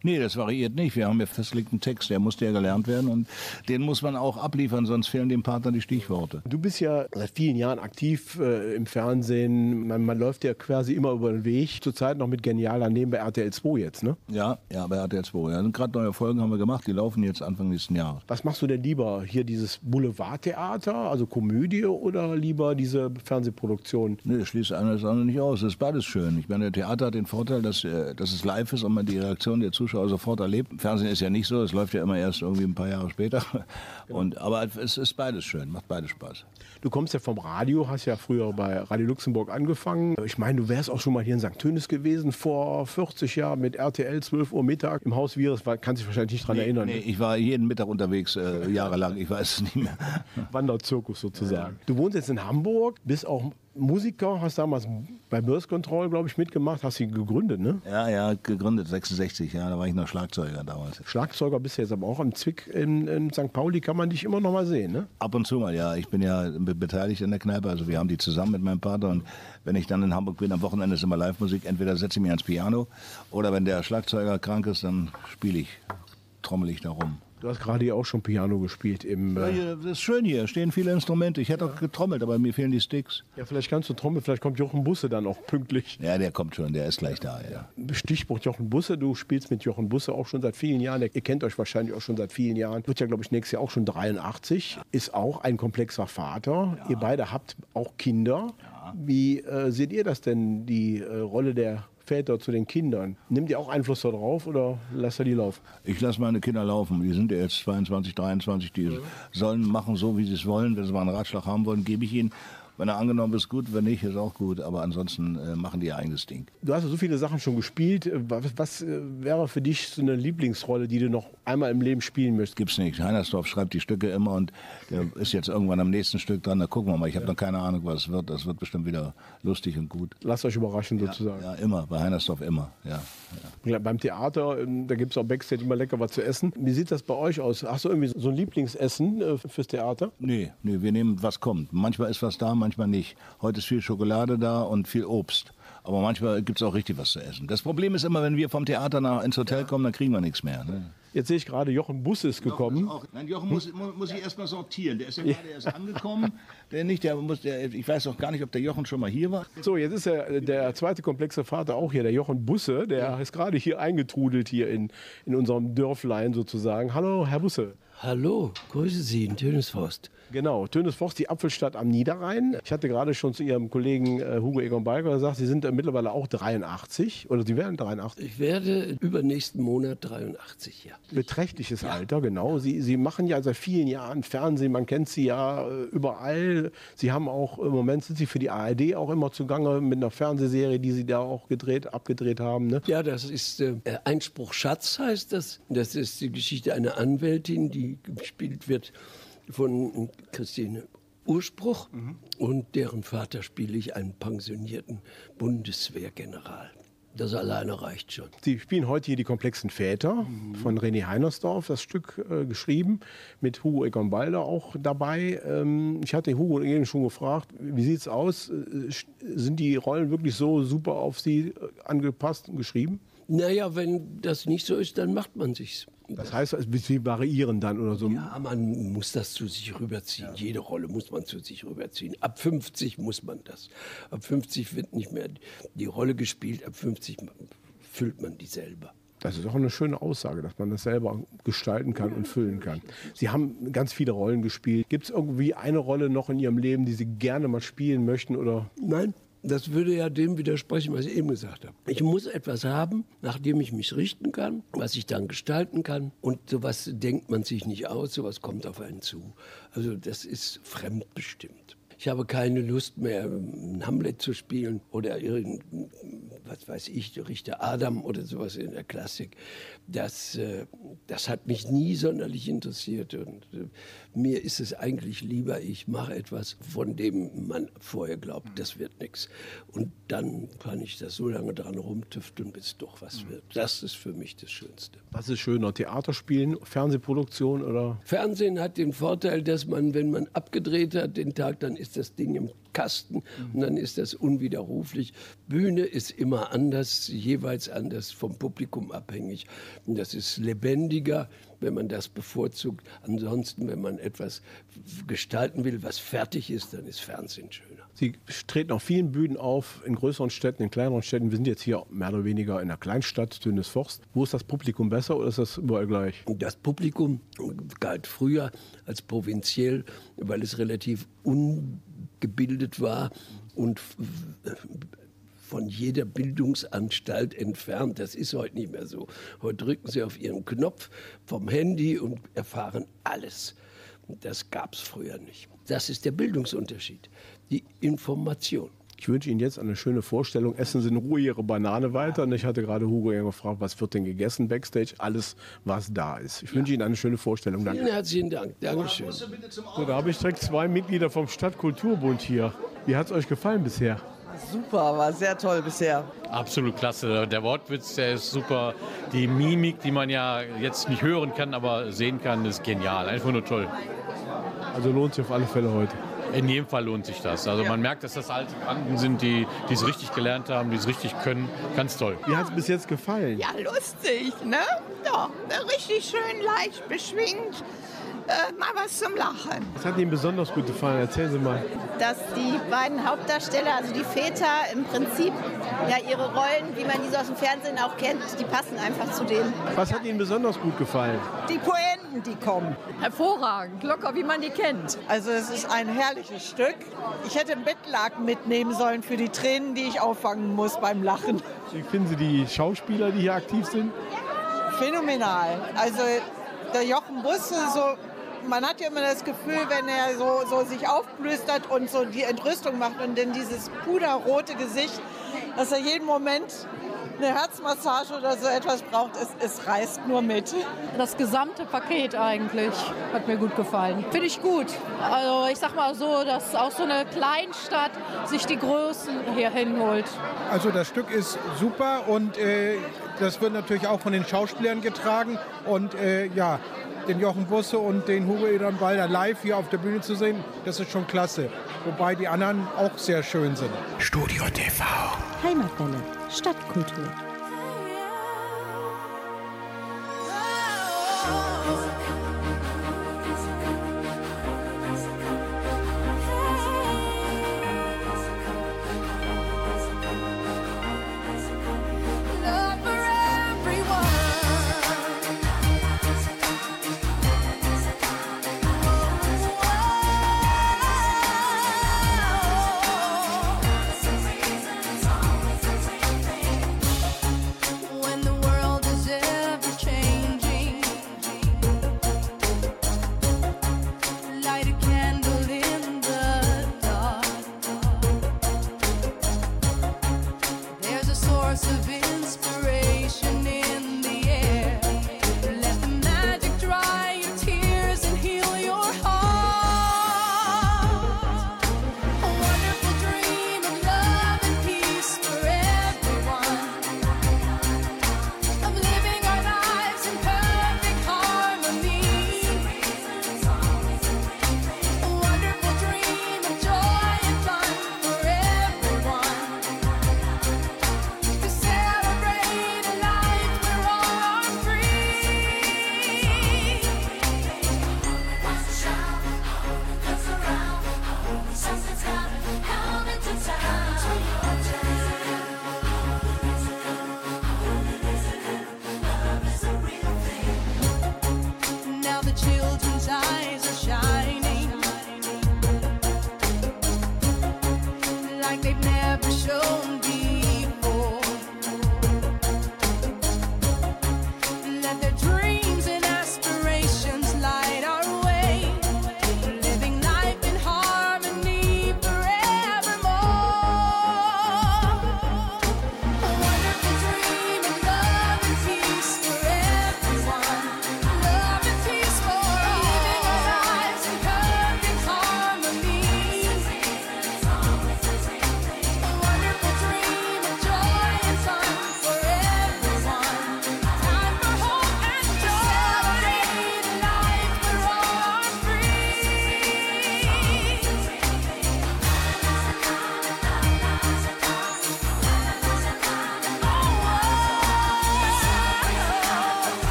Speaker 14: Nee, das variiert nicht. Wir haben ja festgelegten Text, der musste ja gelernt werden und den muss man auch abliefern, sonst fehlen dem Partner die Stichworte.
Speaker 2: Du bist ja seit vielen Jahren aktiv äh, im Fernsehen. Man, man läuft ja quasi immer über den Weg. Zurzeit noch mit Genial daneben bei R T L zwei jetzt, ne?
Speaker 14: Ja, ja, bei R T L zwei. Ja, gerade neue Folgen haben wir gemacht, die laufen jetzt Anfang nächsten Jahres.
Speaker 2: Was machst du denn lieber? Hier dieses Boulevardtheater, also Komödie, oder lieber diese Fernsehproduktion?
Speaker 14: Nee, das schließt einer das andere nicht aus. Das ist beides schön. Ich meine, der Theater hat den Vorteil, dass, äh, dass es live ist und man die Reaktion der Zuschauer sofort erlebt. Im Fernsehen ist ja nicht so, es läuft ja immer erst irgendwie ein paar Jahre später. Und, aber es ist beides schön, macht beides Spaß.
Speaker 2: Du kommst ja vom Radio, hast ja früher bei Radio Luxemburg angefangen. Ich meine, du wärst auch schon mal hier in Sankt Tönis gewesen vor vierzig Jahren mit R T L, zwölf Uhr Mittag im Haus Virus. Kannst dich wahrscheinlich nicht dran
Speaker 14: nee,
Speaker 2: erinnern.
Speaker 14: Nee,
Speaker 2: ne?
Speaker 14: Ich war jeden Mittag unterwegs, äh, jahrelang, ich weiß es nicht mehr.
Speaker 2: Wanderzirkus sozusagen. Ja. Du wohnst jetzt in Hamburg, bist auch Musiker, hast damals bei Birth Control, glaube ich, mitgemacht, hast sie gegründet, ne?
Speaker 14: Ja, ja, gegründet, sechsundsechzig, ja, da war ich noch Schlagzeuger damals.
Speaker 2: Schlagzeuger bist du jetzt aber auch im Zwick in, in Sankt Pauli, kann man dich immer noch mal sehen, ne?
Speaker 14: Ab und zu mal, ja. Ich bin ja beteiligt in der Kneipe, also wir haben die zusammen mit meinem Partner und wenn ich dann in Hamburg bin, am Wochenende ist immer Live-Musik, entweder setze ich mich ans Piano oder wenn der Schlagzeuger krank ist, dann spiele ich, trommel ich da rum.
Speaker 2: Du hast gerade hier auch schon Piano gespielt. Im,
Speaker 14: ja, hier, das ist schön hier, stehen viele Instrumente. Ich hätte auch getrommelt, aber mir fehlen die Sticks.
Speaker 2: Ja, vielleicht kannst du trommeln, vielleicht kommt Jochen Busse dann auch pünktlich.
Speaker 14: Ja, der kommt schon, der ist gleich da, ja.
Speaker 2: Stichwort Jochen Busse, du spielst mit Jochen Busse auch schon seit vielen Jahren. Ihr kennt euch wahrscheinlich auch schon seit vielen Jahren. Wird ja, glaube ich, nächstes Jahr auch schon dreiundachtzig. Ist auch ein komplexer Vater. Ja. Ihr beide habt auch Kinder. Ja. Wie äh, seht ihr das denn, die äh, Rolle der Väter zu den Kindern? Nimmt ihr auch Einfluss darauf oder lasst ihr die laufen?
Speaker 14: Ich lasse meine Kinder laufen. Die sind ja jetzt zweiundzwanzig, dreiundzwanzig. Die mhm. sollen machen so, wie sie es wollen. Wenn sie mal einen Ratschlag haben wollen, gebe ich ihnen. Wenn er angenommen ist, gut. Wenn nicht, ist auch gut. Aber ansonsten äh, machen die ihr eigenes Ding.
Speaker 2: Du hast ja so viele Sachen schon gespielt. Was, was äh, wäre für dich so eine Lieblingsrolle, die du noch einmal im Leben spielen möchtest?
Speaker 14: Gibt's nicht. Heinersdorf schreibt die Stücke immer und der ist jetzt irgendwann am nächsten Stück dran. Da gucken wir mal. Ich habe ja. noch keine Ahnung, was es wird. Das wird bestimmt wieder lustig und gut.
Speaker 2: Lasst euch überraschen
Speaker 14: ja,
Speaker 2: sozusagen.
Speaker 14: Ja, immer. Bei Heinersdorf immer. Ja,
Speaker 2: ja. Beim Theater, da gibt es auch Backstage immer lecker was zu essen. Wie sieht das bei euch aus? Hast du irgendwie so ein Lieblingsessen äh, fürs Theater?
Speaker 14: Nee, nee, wir nehmen, was kommt. Manchmal ist was da, manchmal nicht. Heute ist viel Schokolade da und viel Obst. Aber manchmal gibt es auch richtig was zu essen. Das Problem ist immer, wenn wir vom Theater nach, ins Hotel kommen, dann kriegen wir nichts mehr. Ne?
Speaker 2: Jetzt sehe ich gerade, Jochen Busse ist gekommen.
Speaker 14: Jochen, ist auch, nein, Jochen muss, muss ich erst mal sortieren. Der ist ja gerade erst angekommen. Der nicht, der muss, der, ich weiß auch gar nicht, ob der Jochen schon mal hier war.
Speaker 2: So, jetzt ist der, der zweite komplexe Vater auch hier, der Jochen Busse. Der ja. ist gerade hier eingetrudelt, hier in, in unserem Dörflein sozusagen. Hallo, Herr Busse.
Speaker 15: Hallo, grüße Sie in Tönisforst.
Speaker 2: Genau, Tönisforst, die Apfelstadt am Niederrhein. Ich hatte gerade schon zu Ihrem Kollegen äh, Hugo Egon Balger gesagt, Sie sind äh, mittlerweile auch dreiundachtzig oder Sie werden dreiundachtzig.
Speaker 15: Ich werde übernächsten Monat dreiundachtzig, ja.
Speaker 2: Beträchtliches ja. Alter, genau. Sie, Sie machen ja seit vielen Jahren Fernsehen, man kennt Sie ja äh, überall. Sie haben auch, im Moment sind Sie für die A R D auch immer zugange mit einer Fernsehserie, die Sie da auch gedreht, abgedreht haben. Ne?
Speaker 15: Ja, das ist äh, Einspruch Schatz heißt das. Das ist die Geschichte einer Anwältin, die gespielt wird von Christine Urspruch mhm. und deren Vater spiele ich einen pensionierten Bundeswehrgeneral. Das alleine reicht schon.
Speaker 2: Sie spielen heute hier die komplexen Väter mhm. von René Heinersdorf, das Stück äh, geschrieben, mit Hugo Egon Balder auch dabei. Ähm, ich hatte Hugo eben schon gefragt, wie sieht es aus? Äh, sind die Rollen wirklich so super auf Sie äh, angepasst und geschrieben?
Speaker 15: Naja, wenn das nicht so ist, dann macht man sich's.
Speaker 2: Das heißt, Sie variieren dann oder so?
Speaker 15: Ja, man muss das zu sich rüberziehen. Ja. Jede Rolle muss man zu sich rüberziehen. Ab fünfzig muss man das. Ab fünfzig wird nicht mehr die Rolle gespielt. Ab fünfzig füllt man die selber.
Speaker 2: Das ist auch eine schöne Aussage, dass man das selber gestalten kann und füllen kann. Sie haben ganz viele Rollen gespielt. Gibt es irgendwie eine Rolle noch in Ihrem Leben, die Sie gerne mal spielen möchten? Oder?
Speaker 15: Nein. Das würde ja dem widersprechen, was ich eben gesagt habe. Ich muss etwas haben, nach dem ich mich richten kann, was ich dann gestalten kann. Und sowas denkt man sich nicht aus, sowas kommt auf einen zu. Also das ist fremdbestimmt. Ich habe keine Lust mehr, einen Hamlet zu spielen oder irgendein, was weiß ich, Richter Adam oder sowas in der Klassik. Das, das hat mich nie sonderlich interessiert. Und mir ist es eigentlich lieber, ich mache etwas, von dem man vorher glaubt, das wird nichts. Und dann kann ich das so lange dran rumtüfteln, bis doch was wird. Das ist für mich das Schönste.
Speaker 2: Was ist schöner, Theater spielen, Fernsehproduktion oder?
Speaker 15: Fernsehen hat den Vorteil, dass man, wenn man abgedreht hat, den Tag, dann ist ist das Ding im Kasten und dann ist das unwiderruflich. Bühne ist immer anders, jeweils anders, vom Publikum abhängig. Und das ist lebendiger, wenn man das bevorzugt. Ansonsten, wenn man etwas gestalten will, was fertig ist, dann ist Fernsehen schöner.
Speaker 2: Sie treten auf vielen Bühnen auf, in größeren Städten, in kleineren Städten. Wir sind jetzt hier mehr oder weniger in einer Kleinstadt, Tönisforst. Wo ist das Publikum besser oder ist das überall gleich?
Speaker 15: Das Publikum galt früher als provinziell, weil es relativ ungebildet war und von jeder Bildungsanstalt entfernt. Das ist heute nicht mehr so. Heute drücken Sie auf Ihren Knopf vom Handy und erfahren alles. Das gab es früher nicht. Das ist der Bildungsunterschied, die Information.
Speaker 2: Ich wünsche Ihnen jetzt eine schöne Vorstellung. Essen Sie in Ruhe Ihre Banane weiter. Und ich hatte gerade Hugo gefragt, was wird denn gegessen backstage? Alles, was da ist. Ich wünsche Ihnen eine schöne Vorstellung. Danke.
Speaker 15: Vielen herzlichen Dank. Dankeschön.
Speaker 2: So, da habe ich direkt zwei Mitglieder vom Stadtkulturbund hier. Wie hat es euch gefallen bisher?
Speaker 16: Super, war sehr toll bisher.
Speaker 10: Absolut klasse. Der Wortwitz, der ist super. Die Mimik, die man ja jetzt nicht hören kann, aber sehen kann, ist genial. Einfach nur toll.
Speaker 2: Also lohnt sich auf alle Fälle heute.
Speaker 10: In jedem Fall lohnt sich das. Also man merkt, dass das alte Kranken sind, die die es richtig gelernt haben, die es richtig können. Ganz toll.
Speaker 2: Wie hat es bis jetzt gefallen?
Speaker 17: Ja, lustig, ne? Ja, richtig schön leicht beschwingt. Äh, mal was zum Lachen.
Speaker 2: Was hat Ihnen besonders gut gefallen? Erzählen Sie mal.
Speaker 18: Dass die beiden Hauptdarsteller, also die Väter, im Prinzip ja ihre Rollen, wie man die so aus dem Fernsehen auch kennt, die passen einfach zu denen.
Speaker 2: Was hat Ihnen besonders gut gefallen?
Speaker 16: Die Poenten, die kommen.
Speaker 17: Hervorragend, locker, wie man die kennt.
Speaker 16: Also es ist ein herrliches Stück. Ich hätte einen Bettlaken mitnehmen sollen für die Tränen, die ich auffangen muss beim Lachen.
Speaker 2: Wie finden Sie die Schauspieler, die hier aktiv sind?
Speaker 16: Phänomenal. Also der Jochen Busse, so, man hat ja immer das Gefühl, wenn er so, so sich aufplüstert und so die Entrüstung macht und dann dieses puderrote Gesicht, dass er jeden Moment eine Herzmassage oder so etwas braucht, es, es reißt nur mit.
Speaker 19: Das gesamte Paket eigentlich hat mir gut gefallen. Finde ich gut. Also ich sag mal so, dass auch so eine Kleinstadt sich die Größen hier hinholt.
Speaker 20: Also das Stück ist super und äh, das wird natürlich auch von den Schauspielern getragen und äh, ja, den Jochen Busse und den Hugo Ehrnwalder live hier auf der Bühne zu sehen, das ist schon klasse. Wobei die anderen auch sehr schön sind.
Speaker 3: Studio T V.
Speaker 1: Heimatwelle. Stadtkultur.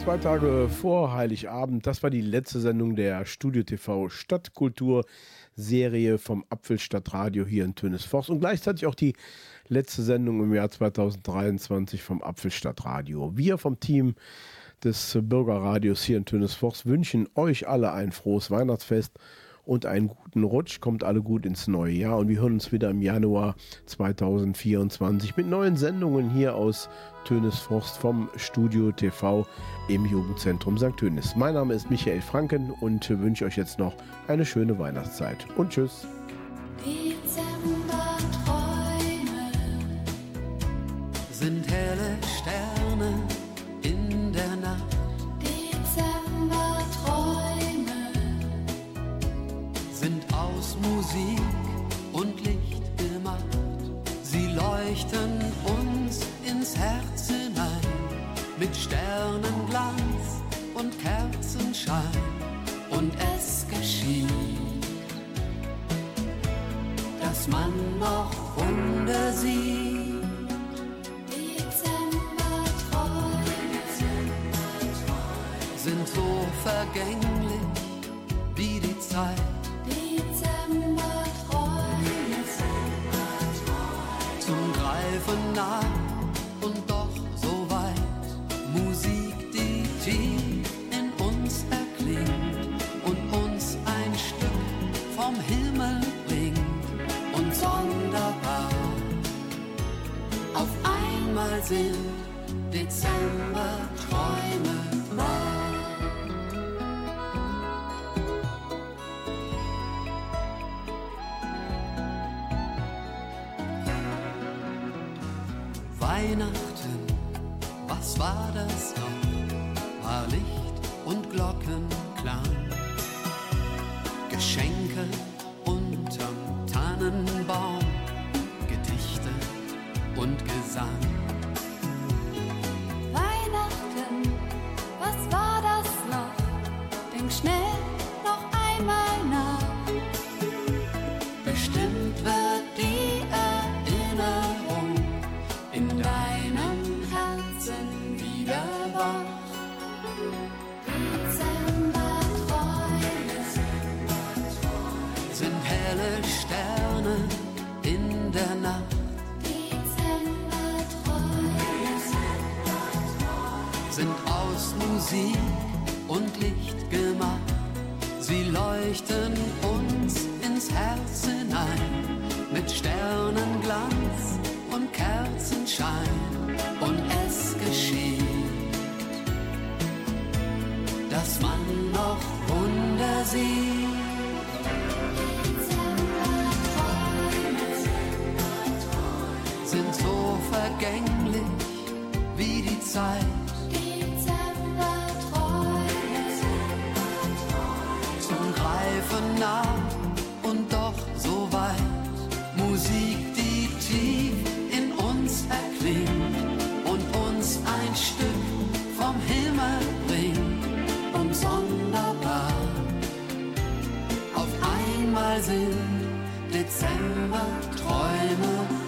Speaker 2: zwei Tage vor Heiligabend. Das war die letzte Sendung der Studio T V Stadtkultur-Serie vom Apfelstadtradio hier in Tönisforst und gleichzeitig auch die letzte Sendung im Jahr zweitausenddreiundzwanzig vom Apfelstadtradio. Wir vom Team des Bürgerradios hier in Tönisforst wünschen euch alle ein frohes Weihnachtsfest und einen guten Rutsch. Kommt alle gut ins neue Jahr und wir hören uns wieder im Januar zweitausendvierundzwanzig mit neuen Sendungen hier aus Tönisforst vom Studio T V im Jugendzentrum Sankt Tönis. Mein Name ist Michael Franken und wünsche euch jetzt noch eine schöne Weihnachtszeit und tschüss.
Speaker 4: Dezemberträume sind helle Sterne in der Nacht. Dezemberträume sind aus Musik und Licht gemacht. Sie leuchten uns ins Herz hinein mit Sternenglanz und Kerzenschein. Und es geschieht, dass man noch Wunder sieht. Dezemberträume sind so vergänglich wie die Zeit. Dezemberträume zum Greifen nah und doch so weit. Musik, die tief in uns erklingt und uns ein Stück vom Himmel bringt. Und sonderbar, auf einmal sind Dezemberträume wahr. Weihnachten, was war das noch? War Licht und Glockenklang, Geschenke unterm Tannenbaum, Gedichte und Gesang.
Speaker 21: Weihnachten, was war das noch? Denk schnell noch einmal nach.
Speaker 4: Bestimmt wird die Erinnerung in deinem Herzen wieder wach.
Speaker 21: Dezemberträume
Speaker 4: sind helle Sterne in der Nacht. Sind aus Musik und Licht gemacht. Sie leuchten uns ins Herz hinein mit Sternenglanz und Kerzenschein. Und es geschieht, dass man noch Wunder sieht. Sind so vergänglich wie die Zeit. Zum Greifen nah und doch so weit. Musik, die tief in uns erklingt und uns ein Stück vom Himmel bringt. Und sonderbar, auf einmal sind Dezemberträume